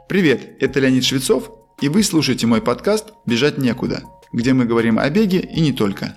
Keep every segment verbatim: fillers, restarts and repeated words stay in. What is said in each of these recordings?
Привет, это Леонид Швецов, и вы слушаете мой подкаст «Бежать некуда», где мы говорим о беге и не только.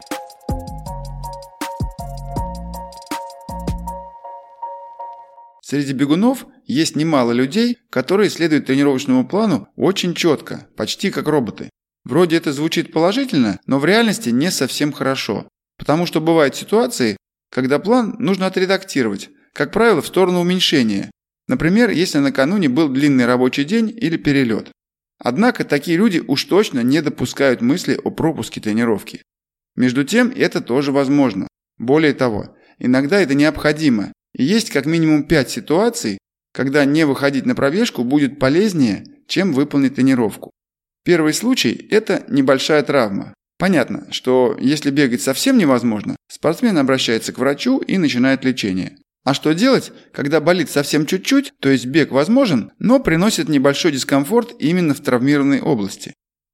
Среди бегунов есть немало людей, которые следуют тренировочному плану очень четко, почти как роботы. Вроде это звучит положительно, но в реальности не совсем хорошо, потому что бывают ситуации, когда план нужно отредактировать, как правило, в сторону уменьшения. Например, если накануне был длинный рабочий день или перелет. Однако такие люди уж точно не допускают мысли о пропуске тренировки. Между тем, это тоже возможно. Более того, иногда это необходимо, и есть как минимум пять ситуаций, когда не выходить на пробежку будет полезнее, чем выполнить тренировку. Первый случай – это небольшая травма. Понятно, что если бегать совсем невозможно, спортсмен обращается к врачу и начинает лечение. А что делать, когда болит совсем чуть-чуть, то есть бег возможен, но приносит небольшой дискомфорт именно в травмированной области?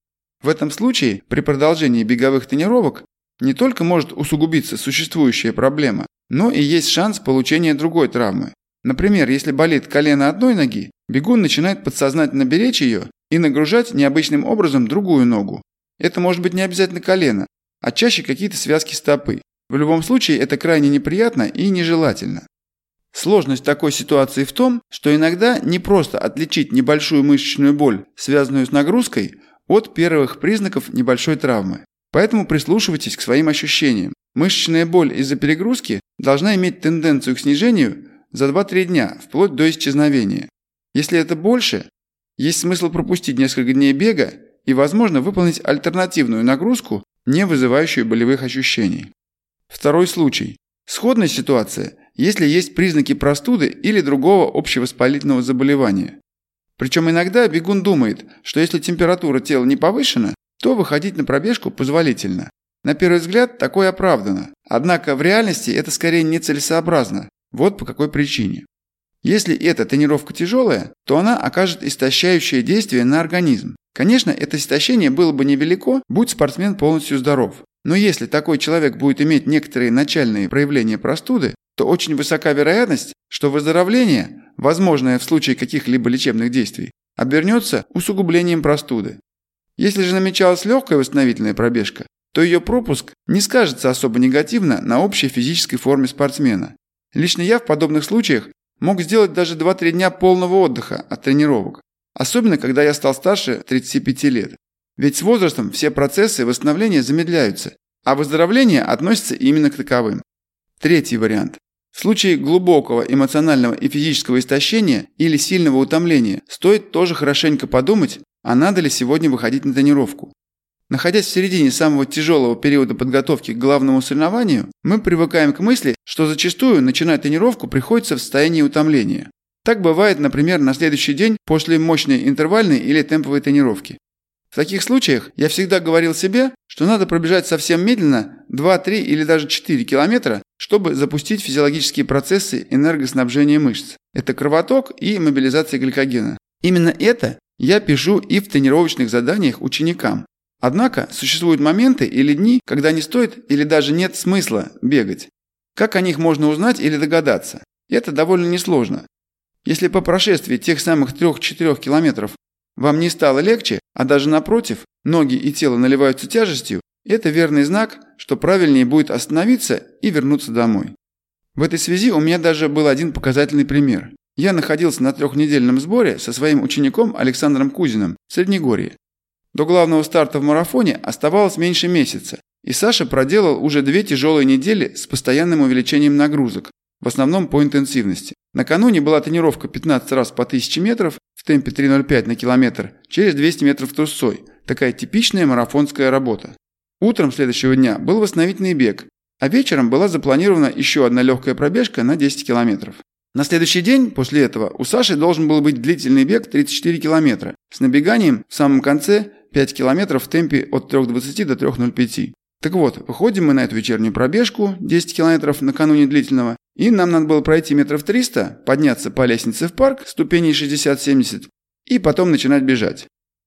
В этом случае при продолжении беговых тренировок не только может усугубиться существующая проблема, но и есть шанс получения другой травмы. Например, если болит колено одной ноги, бегун начинает подсознательно беречь ее и нагружать необычным образом другую ногу. Это может быть не обязательно колено, а чаще какие-то связки стопы. В любом случае это крайне неприятно и нежелательно. Сложность такой ситуации в том, что иногда не просто отличить небольшую мышечную боль, связанную с нагрузкой, от первых признаков небольшой травмы. Поэтому прислушивайтесь к своим ощущениям. Мышечная боль из-за перегрузки должна иметь тенденцию к снижению за два-три дня, вплоть до исчезновения. Если это больше, есть смысл пропустить несколько дней бега и, возможно, выполнить альтернативную нагрузку, не вызывающую болевых ощущений. Второй случай. Сходная ситуация, если есть признаки простуды или другого общевоспалительного заболевания. Причем иногда бегун думает, что если температура тела не повышена, то выходить на пробежку позволительно. На первый взгляд такое оправдано, однако в реальности это скорее нецелесообразно. Вот по какой причине. Если эта тренировка тяжелая, то она окажет истощающее действие на организм. Конечно, это истощение было бы невелико, будь спортсмен полностью здоров. Но если такой человек будет иметь некоторые начальные проявления простуды, то очень высока вероятность, что выздоровление, возможное в случае каких-либо лечебных действий, обернется усугублением простуды. Если же намечалась легкая восстановительная пробежка, то ее пропуск не скажется особо негативно на общей физической форме спортсмена. Лично я в подобных случаях мог сделать даже два-три дня полного отдыха от тренировок, особенно когда я стал старше тридцати пяти лет. Ведь с возрастом все процессы восстановления замедляются, а выздоровление относится именно к таковым. Третий вариант. В случае глубокого эмоционального и физического истощения или сильного утомления стоит тоже хорошенько подумать, а надо ли сегодня выходить на тренировку. Находясь в середине самого тяжелого периода подготовки к главному соревнованию, мы привыкаем к мысли, что зачастую начинать тренировку приходится в состоянии утомления. Так бывает, например, на следующий день после мощной интервальной или темповой тренировки. В таких случаях я всегда говорил себе, что надо пробежать совсем медленно два-три или даже четыре километра, чтобы запустить физиологические процессы энергоснабжения мышц. Это кровоток и мобилизация гликогена. Именно это я пишу и в тренировочных заданиях ученикам. Однако существуют моменты или дни, когда не стоит или даже нет смысла бегать. Как о них можно узнать или догадаться? Это довольно несложно. Если по прошествии тех самых трех-четырех километров вам не стало легче, а даже напротив, ноги и тело наливаются тяжестью, это верный знак, что правильнее будет остановиться и вернуться домой. В этой связи у меня даже был один показательный пример. Я находился на трехнедельном сборе со своим учеником Александром Кузиным в Среднегорье. До главного старта в марафоне оставалось меньше месяца, и Саша проделал уже две тяжелые недели с постоянным увеличением нагрузок, в основном по интенсивности. Накануне была тренировка пятнадцать раз по тысяче метров в темпе три ноль пять на километр через двести метров трусцой. Такая типичная марафонская работа. Утром следующего дня был восстановительный бег, а вечером была запланирована еще одна легкая пробежка на десять километров. На следующий день после этого у Саши должен был быть длительный бег тридцать четыре километра с набеганием в самом конце пять километров в темпе от трёх двадцати до трёх ноль пяти. Так вот, выходим мы на эту вечернюю пробежку десять километров накануне длительного, и нам надо было пройти метров триста, подняться по лестнице в парк, ступеней шестьдесят-семьдесят, и потом начинать бежать.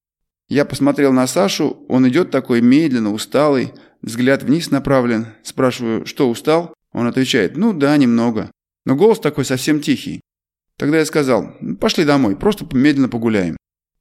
Я посмотрел на Сашу, он идет такой медленно, усталый, взгляд вниз направлен. Спрашиваю, что, устал? Он отвечает, ну да, немного. Но голос такой совсем тихий. Тогда я сказал, пошли домой, просто медленно погуляем.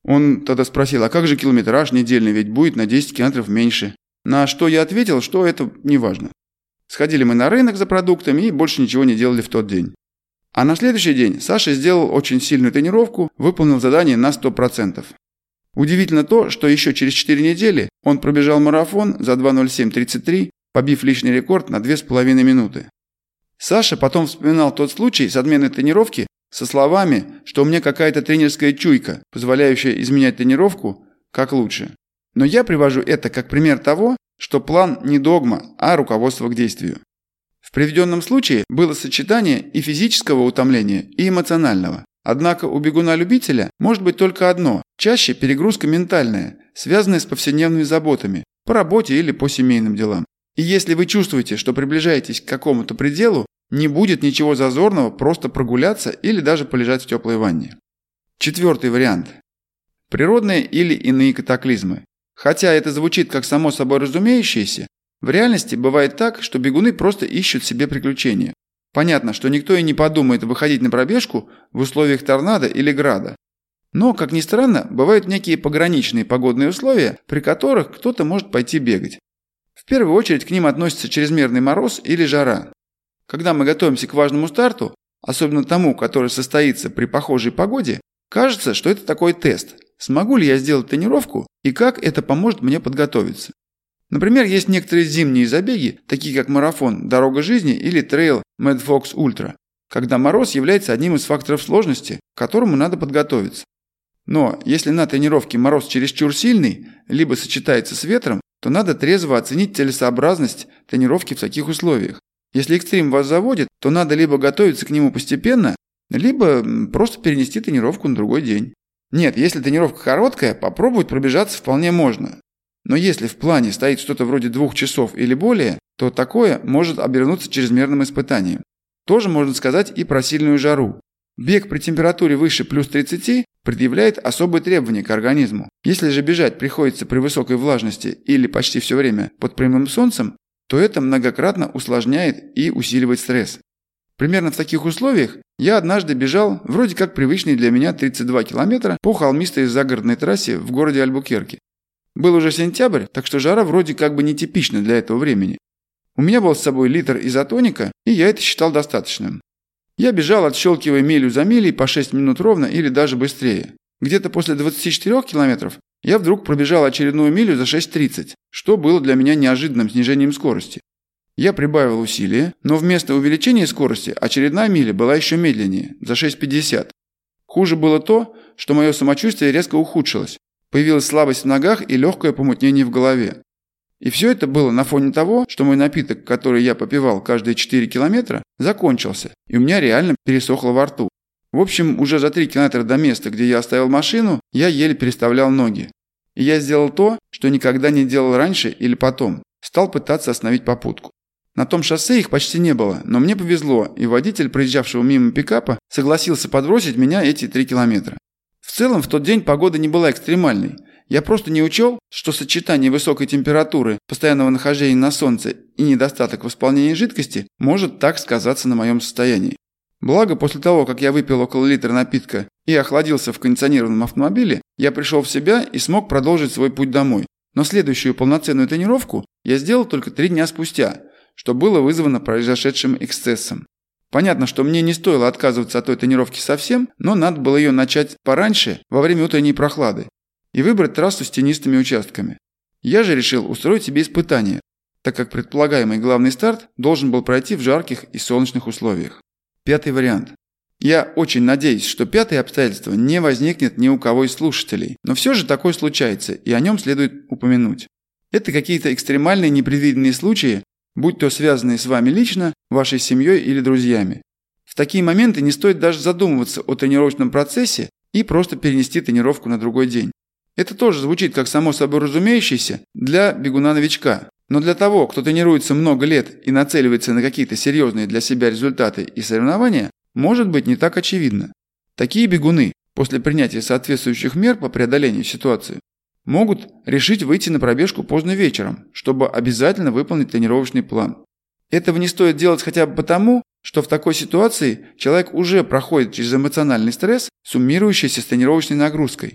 Он тогда спросил, а как же километраж недельный, ведь будет на десять километров меньше. На что я ответил, что это не важно. Сходили мы на рынок за продуктами и больше ничего не делали в тот день. А на следующий день Саша сделал очень сильную тренировку, выполнил задание на сто процентов. Удивительно то, что еще через четыре недели он пробежал марафон за два ноль семь тридцать три, побив личный рекорд на две с половиной минуты. Саша потом вспоминал тот случай с отменой тренировки со словами, что у меня какая-то тренерская чуйка, позволяющая изменять тренировку как лучше. Но я привожу это как пример того, что план не догма, а руководство к действию. В приведенном случае было сочетание и физического утомления, и эмоционального. Однако у бегуна-любителя может быть только одно, чаще перегрузка ментальная, связанная с повседневными заботами, по работе или по семейным делам. И если вы чувствуете, что приближаетесь к какому-то пределу, не будет ничего зазорного просто прогуляться или даже полежать в теплой ванне. Четвертый вариант. Природные или иные катаклизмы. Хотя это звучит как само собой разумеющееся, в реальности бывает так, что бегуны просто ищут себе приключения. Понятно, что никто и не подумает выходить на пробежку в условиях торнадо или града. Но, как ни странно, бывают некие пограничные погодные условия, при которых кто-то может пойти бегать. В первую очередь к ним относится чрезмерный мороз или жара. Когда мы готовимся к важному старту, особенно тому, который состоится при похожей погоде, кажется, что это такой тест. Смогу ли я сделать тренировку и как это поможет мне подготовиться? Например, есть некоторые зимние забеги, такие как марафон «Дорога жизни» или трейл Mad Fox Ultra, когда мороз является одним из факторов сложности, к которому надо подготовиться. Но если на тренировке мороз чересчур сильный, либо сочетается с ветром, то надо трезво оценить целесообразность тренировки в таких условиях. Если экстрим вас заводит, то надо либо готовиться к нему постепенно, либо просто перенести тренировку на другой день. Нет, если тренировка короткая, попробовать пробежаться вполне можно. Но если в плане стоит что-то вроде двух часов или более, то такое может обернуться чрезмерным испытанием. Тоже можно сказать и про сильную жару. Бег при температуре выше плюс тридцати предъявляет особые требования к организму. Если же бежать приходится при высокой влажности или почти все время под прямым солнцем, то это многократно усложняет и усиливает стресс. Примерно в таких условиях я однажды бежал вроде как привычный для меня тридцать два километра по холмистой загородной трассе в городе Альбукерке. Был уже сентябрь, так что жара вроде как бы нетипична для этого времени. У меня был с собой литр изотоника, и я это считал достаточным. Я бежал, отщелкивая милю за милей по шесть минут ровно или даже быстрее. Где-то после двадцати четырёх километров я вдруг пробежал очередную милю за шесть тридцать, что было для меня неожиданным снижением скорости. Я прибавил усилия, но вместо увеличения скорости очередная миля была еще медленнее, за шесть пятьдесят. Хуже было то, что мое самочувствие резко ухудшилось. Появилась слабость в ногах и легкое помутнение в голове. И все это было на фоне того, что мой напиток, который я попивал каждые четыре километра, закончился, и у меня реально пересохло во рту. В общем, уже за три километра до места, где я оставил машину, я еле переставлял ноги. И я сделал то, что никогда не делал раньше или потом. Стал пытаться остановить попутку. На том шоссе их почти не было, но мне повезло, и водитель, проезжавшего мимо пикапа, согласился подбросить меня эти три километра. В целом, в тот день погода не была экстремальной. Я просто не учел, что сочетание высокой температуры, постоянного нахождения на солнце и недостаток восполнения жидкости может так сказаться на моем состоянии. Благо, после того, как я выпил около литра напитка и охладился в кондиционированном автомобиле, я пришел в себя и смог продолжить свой путь домой. Но следующую полноценную тренировку я сделал только три дня спустя, что было вызвано произошедшим эксцессом. Понятно, что мне не стоило отказываться от той тренировки совсем, но надо было ее начать пораньше, во время утренней прохлады, и выбрать трассу с тенистыми участками. Я же решил устроить себе испытание, так как предполагаемый главный старт должен был пройти в жарких и солнечных условиях. Пятый вариант. Я очень надеюсь, что пятое обстоятельство не возникнет ни у кого из слушателей, но все же такое случается, и о нем следует упомянуть. Это какие-то экстремальные непредвиденные случаи, будь то связанные с вами лично, вашей семьей или друзьями. В такие моменты не стоит даже задумываться о тренировочном процессе и просто перенести тренировку на другой день. Это тоже звучит как само собой разумеющееся для бегуна-новичка. Но для того, кто тренируется много лет и нацеливается на какие-то серьезные для себя результаты и соревнования, может быть не так очевидно. Такие бегуны, после принятия соответствующих мер по преодолению ситуации, могут решить выйти на пробежку поздно вечером, чтобы обязательно выполнить тренировочный план. Этого не стоит делать хотя бы потому, что в такой ситуации человек уже проходит через эмоциональный стресс, суммирующийся с тренировочной нагрузкой.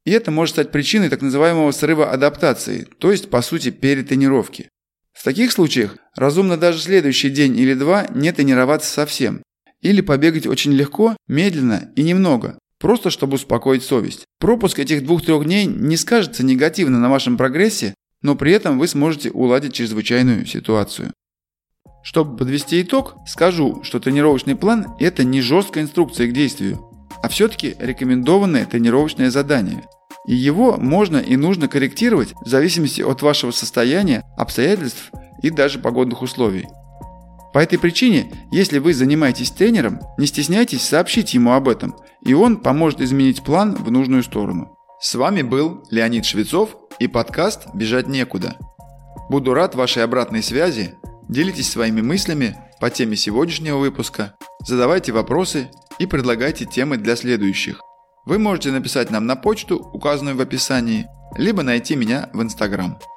И это может стать причиной так называемого срыва адаптации, то есть, по сути, перетренировки. В таких случаях разумно даже следующий день или два не тренироваться совсем. Или побегать очень легко, медленно и немного, просто чтобы успокоить совесть. Пропуск этих двух-трех дней не скажется негативно на вашем прогрессе, но при этом вы сможете уладить чрезвычайную ситуацию. Чтобы подвести итог, скажу, что тренировочный план – это не жесткая инструкция к действию, а все-таки рекомендованное тренировочное задание. И его можно и нужно корректировать в зависимости от вашего состояния, обстоятельств и даже погодных условий. По этой причине, если вы занимаетесь тренером, не стесняйтесь сообщить ему об этом, и он поможет изменить план в нужную сторону. С вами был Леонид Швецов и подкаст «Бежать некуда». Буду рад вашей обратной связи, делитесь своими мыслями по теме сегодняшнего выпуска, задавайте вопросы и предлагайте темы для следующих. Вы можете написать нам на почту, указанную в описании, либо найти меня в Инстаграм.